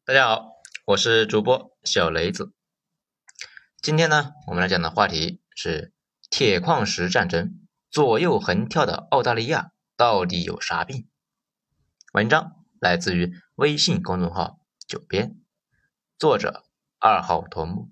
大家好，我是主播小雷子。今天呢，我们来讲的话题是铁矿石战争，左右横跳的澳大利亚到底有啥病？文章来自于微信公众号九编，作者二号头目。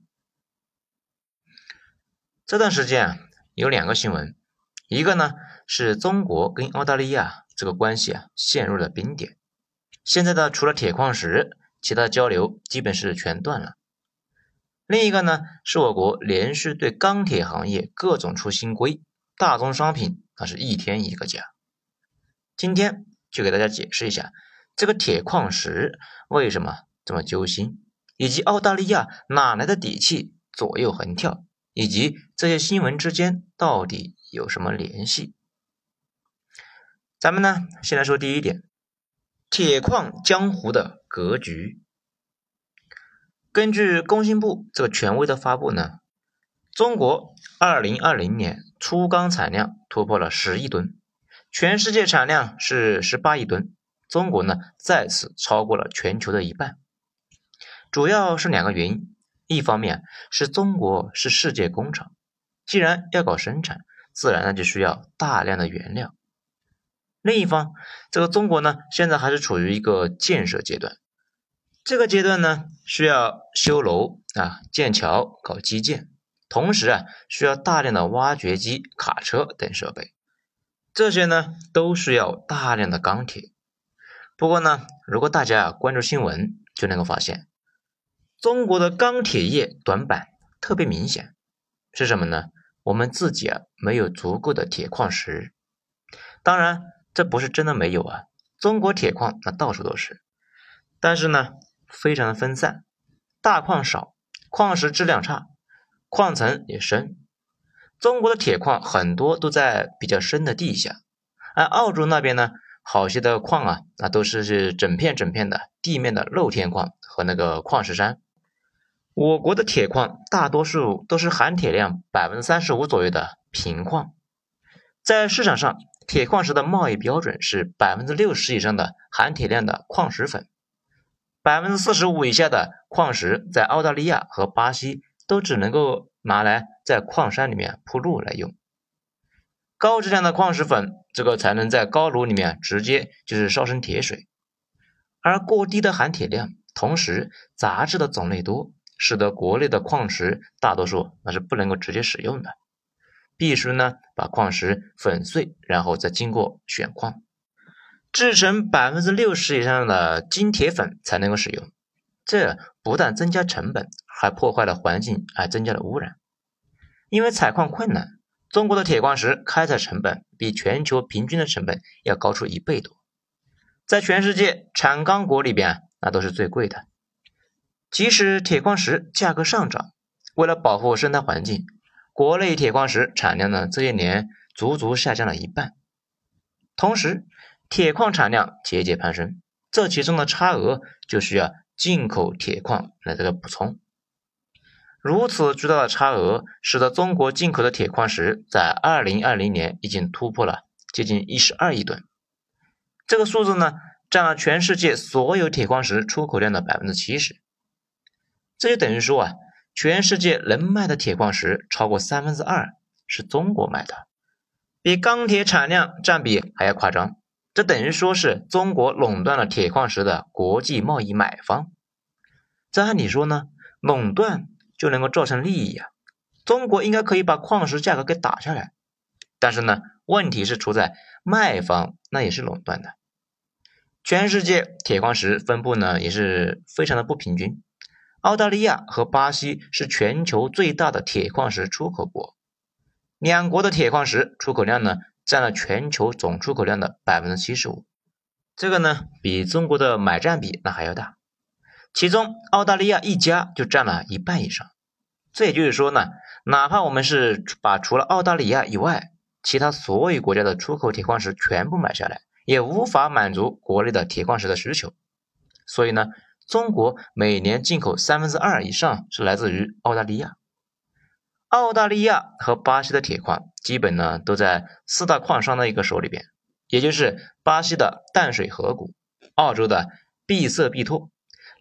这段时间有两个新闻，一个呢是中国跟澳大利亚这个关系陷入了冰点，现在除了铁矿石，其他交流基本是全断了。另一个呢，是我国连续对钢铁行业各种出新规，大宗商品那是一天一个价。今天就给大家解释一下这个铁矿石为什么这么揪心，以及澳大利亚哪来的底气左右横跳，以及这些新闻之间到底有什么联系。咱们呢，先来说第一点，铁矿江湖的格局。根据工信部这个权威的发布呢，中国2020年粗钢产量突破了10亿吨，全世界产量是18亿吨，中国呢再次超过了全球的一半。主要是两个原因，一方面是中国是世界工厂，既然要搞生产，自然就需要大量的原料。另一方，这个中国呢现在还是处于一个建设阶段，这个阶段呢，需要修楼建桥、搞基建，同时需要大量的挖掘机、卡车等设备，这些呢都需要大量的钢铁。不过呢，如果大家关注新闻，就能够发现，中国的钢铁业短板特别明显，是什么呢？我们自己没有足够的铁矿石。当然，这不是真的没有中国铁矿那到处都是，但是呢，非常的分散，大矿少，矿石质量差，矿层也深。中国的铁矿很多都在比较深的地下，而澳洲那边呢，好些的矿那都是整片的地面的露天矿和那个矿石山。我国的铁矿大多数都是含铁量 35% 左右的平矿，在市场上，铁矿石的贸易标准是 60% 以上的含铁量的矿石粉。45% 以下的矿石在澳大利亚和巴西都只能够拿来在矿山里面铺路来用。高质量的矿石粉，这个才能在高炉里面直接就是烧成铁水。而过低的含铁量，同时杂质的种类多，使得国内的矿石大多数那是不能够直接使用的，必须呢把矿石粉碎，然后再经过选矿，制成 60% 以上的精铁粉才能够使用。这不但增加成本，还破坏了环境，还增加了污染。因为采矿困难，中国的铁矿石开采成本比全球平均的成本要高出1倍多，在全世界产钢国里边那都是最贵的。即使铁矿石价格上涨，为了保护生态环境，国内铁矿石产量呢这些年足足下降了一半。同时，铁矿产量节节攀升，这其中的差额就需要进口铁矿来这个补充。如此巨大的差额，使得中国进口的铁矿石在2020年已经突破了接近12亿吨。这个数字呢，占了全世界所有铁矿石出口量的 70%。这就等于说全世界能卖的铁矿石超过2/3是中国卖的，比钢铁产量占比还要夸张。这等于说是中国垄断了铁矿石的国际贸易买方。这按理说呢，垄断就能够造成利益中国应该可以把矿石价格给打下来。但是呢，问题是出在卖方那也是垄断的。全世界铁矿石分布呢也是非常的不平均。澳大利亚和巴西是全球最大的铁矿石出口国，两国的铁矿石出口量呢占了全球总出口量的 75%， 这个呢比中国的买占比那还要大，其中澳大利亚一家就占了一半以上。这也就是说呢，哪怕我们是把除了澳大利亚以外其他所有国家的出口铁矿石全部买下来，也无法满足国内的铁矿石的需求。所以呢，中国每年进口2/3以上是来自于澳大利亚。澳大利亚和巴西的铁矿基本呢都在4大矿商的一个手里边，也就是巴西的淡水河谷、澳洲的毕瑟必拓、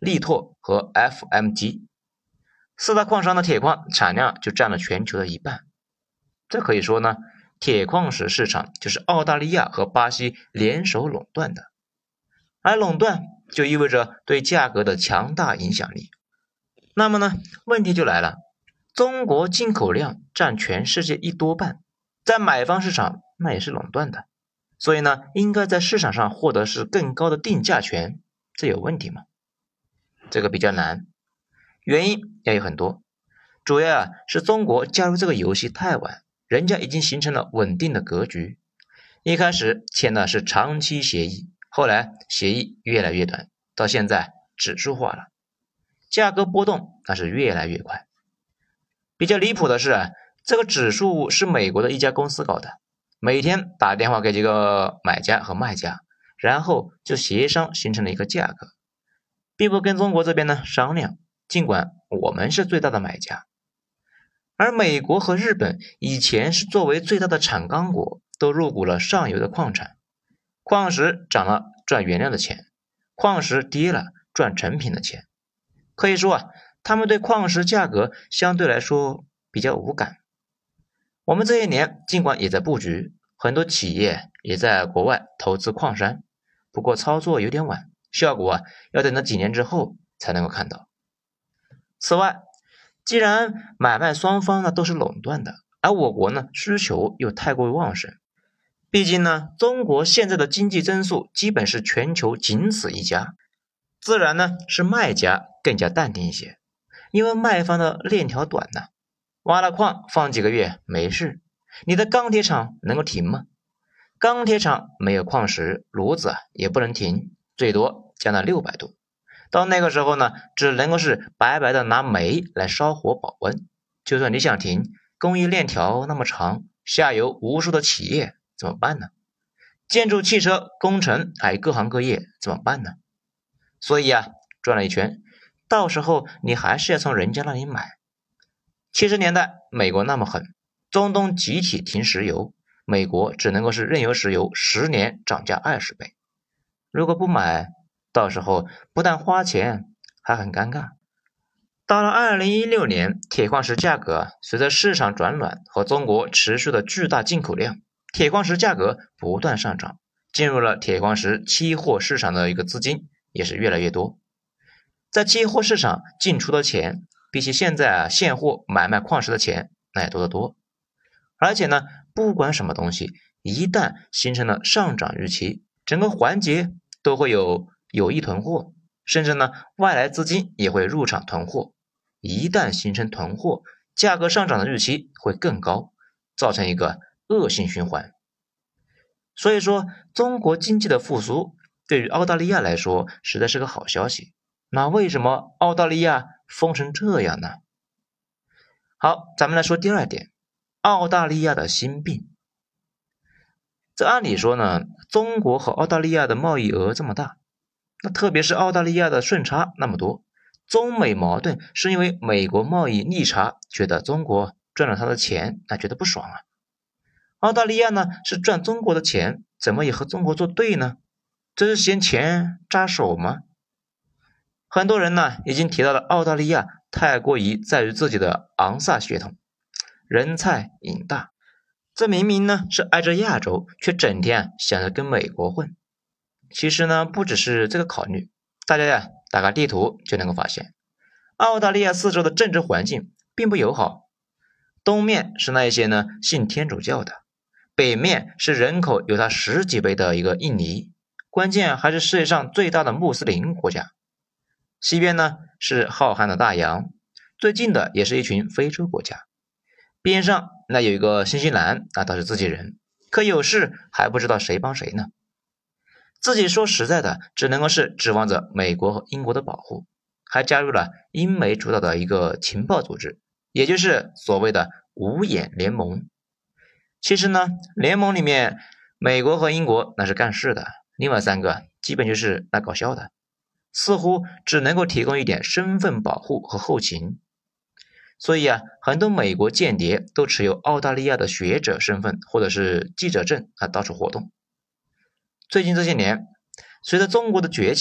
力拓和 FMG。四大矿商的铁矿产量就占了全球的一半。这可以说呢，铁矿石市场就是澳大利亚和巴西联手垄断的，而垄断就意味着对价格的强大影响力。那么呢，问题就来了，中国进口量占全世界一多半，在买方市场那也是垄断的，所以呢，应该在市场上获得是更高的定价权，这有问题吗？这个比较难，原因也有很多，主要是中国加入这个游戏太晚，人家已经形成了稳定的格局，一开始签的是长期协议，后来协议越来越短，到现在指数化了，价格波动那是越来越快。比较离谱的是，这个指数是美国的一家公司搞的，每天打电话给几个买家和卖家，然后就协商形成了一个价格，并不跟中国这边呢商量，尽管我们是最大的买家。而美国和日本以前是作为最大的产钢国，都入股了上游的矿产，矿石涨了赚原料的钱，矿石跌了赚成品的钱。可以说他们对矿石价格相对来说比较无感。我们这些年尽管也在布局，很多企业也在国外投资矿山，不过操作有点晚，效果要等到几年之后才能够看到。此外，既然买卖双方呢都是垄断的，而我国呢需求又太过于旺盛，毕竟呢中国现在的经济增速基本是全球仅此一家，自然呢是卖家更加淡定一些，因为卖方的链条短呢，挖了矿放几个月没事，你的钢铁厂能够停吗？钢铁厂没有矿石，炉子也不能停，最多降到600度。到那个时候呢，只能够是白白的拿煤来烧火保温。就算你想停，工业链条那么长，下游无数的企业怎么办呢？建筑、汽车、工程还有各行各业怎么办呢？所以转了一圈，到时候你还是要从人家那里买。70年代美国那么狠，中东集体停石油，美国只能够是任由石油10年涨价20倍。如果不买，到时候不但花钱，还很尴尬。到了2016年，铁矿石价格随着市场转暖和中国持续的巨大进口量，铁矿石价格不断上涨，进入了铁矿石期货市场的一个资金也是越来越多。在期货市场进出的钱，比起现在现货买卖矿石的钱那也多得多。而且呢，不管什么东西，一旦形成了上涨预期，整个环节都会有意囤货，甚至呢外来资金也会入场囤货。一旦形成囤货，价格上涨的预期会更高，造成一个恶性循环。所以说，中国经济的复苏对于澳大利亚来说实在是个好消息。那为什么澳大利亚疯成这样呢？好，咱们来说第二点，澳大利亚的心病。这按理说呢，中国和澳大利亚的贸易额这么大，那特别是澳大利亚的顺差那么多，中美矛盾是因为美国贸易逆差，觉得中国赚了他的钱，那觉得不爽澳大利亚呢是赚中国的钱，怎么也和中国作对呢？这是嫌钱扎手吗？很多人呢已经提到了澳大利亚太过于在于自己的昂萨血统，人菜瘾大，这明明呢是挨着亚洲，却整天想着跟美国混。其实呢不只是这个考虑，大家打开地图就能够发现，澳大利亚四周的政治环境并不友好。东面是那一些呢信天主教的，北面是人口有它10几倍的一个印尼，关键还是世界上最大的穆斯林国家。西边呢是浩瀚的大洋，最近的也是一群非洲国家。边上那有一个新西兰，那倒是自己人，可有事还不知道谁帮谁呢。自己说实在的，只能够是指望着美国和英国的保护，还加入了英美主导的一个情报组织，也就是所谓的五眼联盟。其实呢，联盟里面美国和英国那是干事的，另外3个基本就是来搞笑的，似乎只能够提供一点身份保护和后勤。所以很多美国间谍都持有澳大利亚的学者身份或者是记者证到处活动。最近这些年，随着中国的崛起，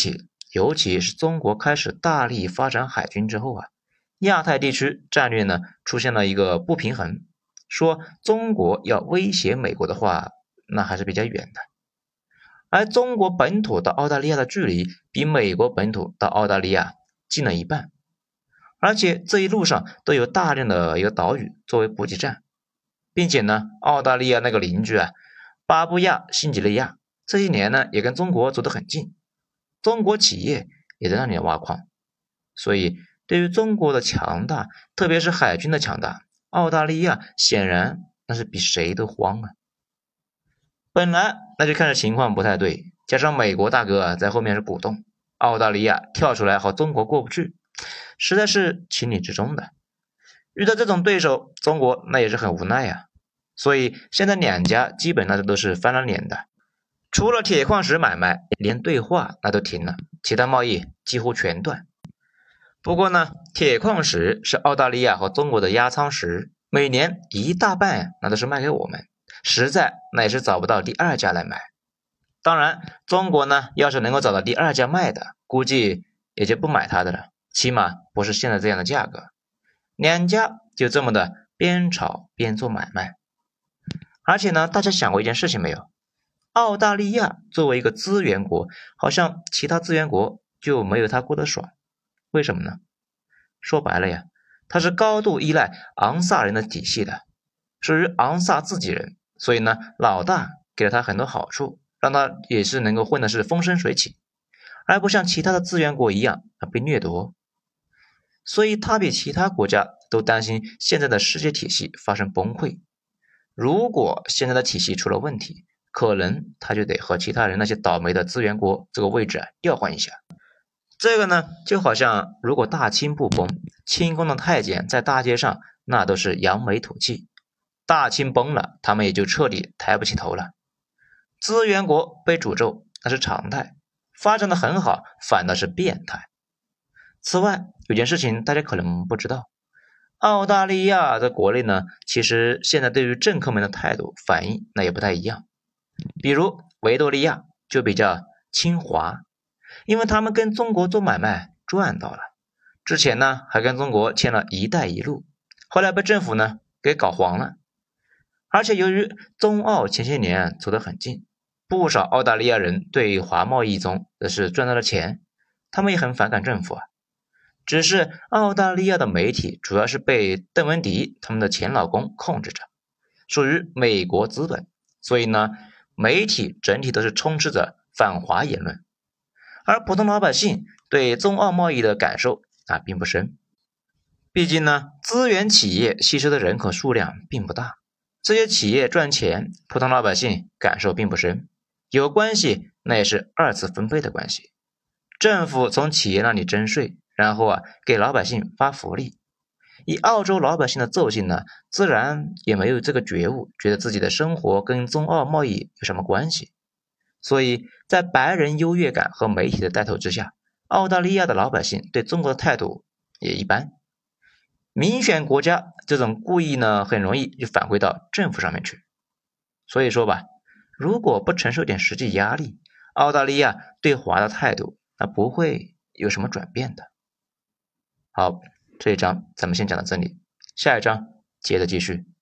尤其是中国开始大力发展海军之后啊，亚太地区战略呢出现了一个不平衡，说中国要威胁美国的话，那还是比较远的。而中国本土到澳大利亚的距离比美国本土到澳大利亚近了一半，而且这一路上都有大量的一个岛屿作为补给站，并且呢，澳大利亚那个邻居啊，巴布亚新几内亚这些年呢也跟中国走得很近，中国企业也在那里挖矿，所以对于中国的强大，特别是海军的强大，澳大利亚显然那是比谁都慌啊。本来那就看着情况不太对，加上美国大哥在后面是鼓动，澳大利亚跳出来和中国过不去，实在是情理之中的。遇到这种对手，中国那也是很无奈啊。所以现在两家基本上都是翻了脸的，除了铁矿石买卖，连对话那都停了，其他贸易几乎全断。不过呢，铁矿石是澳大利亚和中国的压舱石，每年一大半那都是卖给我们，实在那也是找不到第二家来买。当然，中国呢要是能够找到第二家卖的，估计也就不买它的了，起码不是现在这样的价格。两家就这么的边炒边做买卖。而且呢，大家想过一件事情没有？澳大利亚作为一个资源国，好像其他资源国就没有它过得爽。为什么呢？说白了呀，它是高度依赖昂萨人的体系的，属于昂萨自己人，所以呢，老大给了他很多好处，让他也是能够混的是风生水起，而不像其他的资源国一样被掠夺。所以他比其他国家都担心现在的世界体系发生崩溃。如果现在的体系出了问题，可能他就得和其他人那些倒霉的资源国这个位置调换一下。这个呢，就好像如果大清不崩，清宫的太监在大街上那都是扬眉吐气，大清崩了，他们也就彻底抬不起头了。资源国被诅咒那是常态，发展的很好反倒是变态。此外，有件事情大家可能不知道，澳大利亚在国内呢，其实现在对于政客们的态度反应那也不太一样。比如维多利亚就比较亲华，因为他们跟中国做买卖赚到了，之前呢还跟中国签了一带一路，后来被政府呢给搞黄了。而且由于中澳前些年走得很近，不少澳大利亚人对华贸易中的是赚到了钱，他们也很反感政府啊。只是澳大利亚的媒体主要是被邓文迪他们的前老公控制着，属于美国资本，所以呢，媒体整体都是充斥着反华言论，而普通老百姓对中澳贸易的感受并不深。毕竟呢，资源企业吸收的人口数量并不大，这些企业赚钱，普通老百姓感受并不深，有关系那也是二次分配的关系。政府从企业那里征税，然后给老百姓发福利。以澳洲老百姓的奏性呢，自然也没有这个觉悟，觉得自己的生活跟中澳贸易有什么关系。所以在白人优越感和媒体的带头之下，澳大利亚的老百姓对中国的态度也一般。民选国家这种故意呢，很容易就反馈到政府上面去。所以说吧，如果不承受点实际压力，澳大利亚对华的态度那不会有什么转变的。好，这一章咱们先讲到这里，下一章接着继续。